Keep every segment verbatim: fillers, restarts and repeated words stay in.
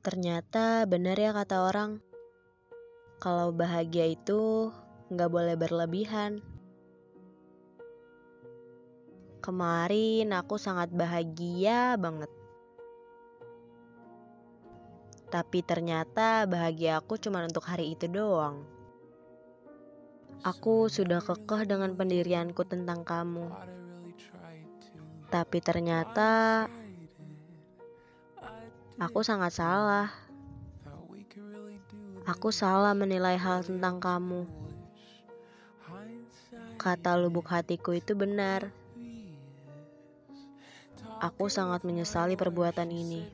Ternyata benar ya kata orang, kalau bahagia itu gak boleh berlebihan. Kemarin aku sangat bahagia banget. Tapi ternyata bahagia aku cuma untuk hari itu doang. Aku sudah kekeh dengan pendirianku tentang kamu. Tapi ternyata aku sangat salah. Aku salah menilai hal tentang kamu. Kata lubuk hatiku itu benar. Aku sangat menyesali perbuatan ini.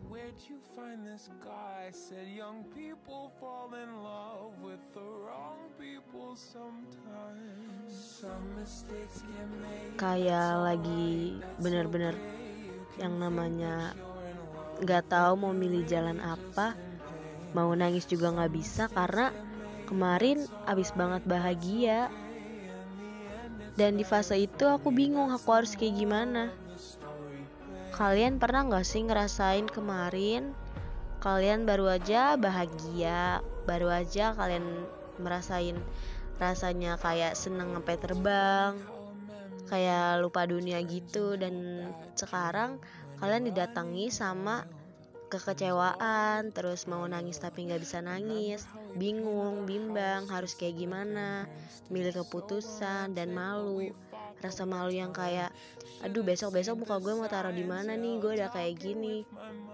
Kayak lagi benar-benar yang namanya gak tahu mau milih jalan apa. Mau nangis juga gak bisa karena kemarin abis banget bahagia. Dan di fase itu aku bingung aku harus kayak gimana. Kalian pernah gak sih ngerasain kemarin kalian baru aja bahagia, baru aja kalian merasain rasanya kayak seneng sampai terbang, kayak lupa dunia gitu. Dan sekarang kalian didatangi sama kekecewaan, terus mau nangis tapi gak bisa nangis, bingung, bimbang, harus kayak gimana, milih keputusan, dan malu. Rasa malu yang kayak, aduh besok-besok muka gue mau taruh di mana nih, gue udah kayak gini.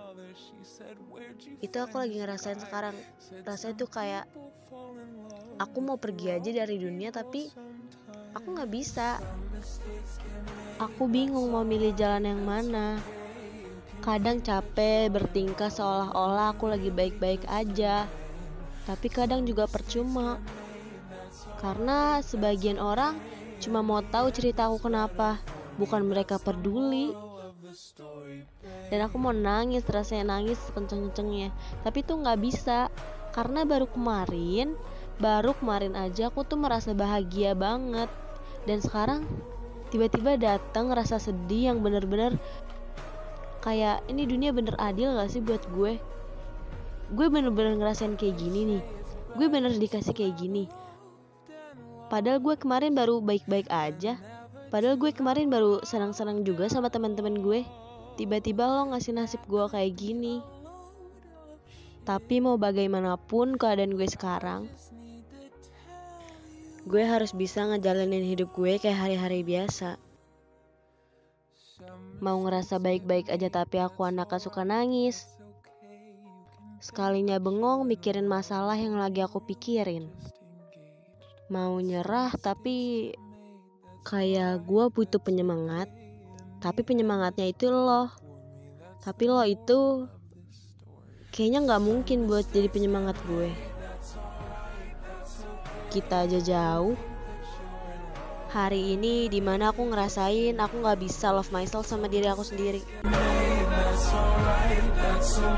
Itu aku lagi ngerasain sekarang. Rasanya tuh kayak aku mau pergi aja dari dunia tapi aku gak bisa. Aku bingung mau milih jalan yang mana. Kadang capek bertingkah seolah-olah aku lagi baik-baik aja. Tapi kadang juga percuma. Karena sebagian orang cuma mau tahu cerita aku kenapa, bukan mereka peduli. Dan aku mau nangis, rasanya nangis kenceng-kencengnya. Tapi tuh gak bisa. Karena baru kemarin, baru kemarin aja aku tuh merasa bahagia banget. Dan sekarang tiba-tiba datang rasa sedih yang bener-bener kayak ini dunia bener adil gak sih buat gue? Gue bener-bener ngerasain kayak gini nih. Gue bener dikasih kayak gini. Padahal gue kemarin baru baik-baik aja. Padahal gue kemarin baru senang-senang juga sama teman-teman gue. Tiba-tiba lo ngasih nasib gue kayak gini. Tapi mau bagaimanapun keadaan gue sekarang, gue harus bisa ngejalanin hidup gue kayak hari-hari biasa. Mau ngerasa baik-baik aja tapi aku anaknya suka nangis. Sekalinya bengong mikirin masalah yang lagi aku pikirin. Mau nyerah tapi kayak gue butuh penyemangat. Tapi penyemangatnya itu lo. Tapi lo itu kayaknya gak mungkin buat jadi penyemangat gue. Kita aja jauh. Hari ini dimana aku ngerasain aku gak bisa love myself sama diri aku sendiri.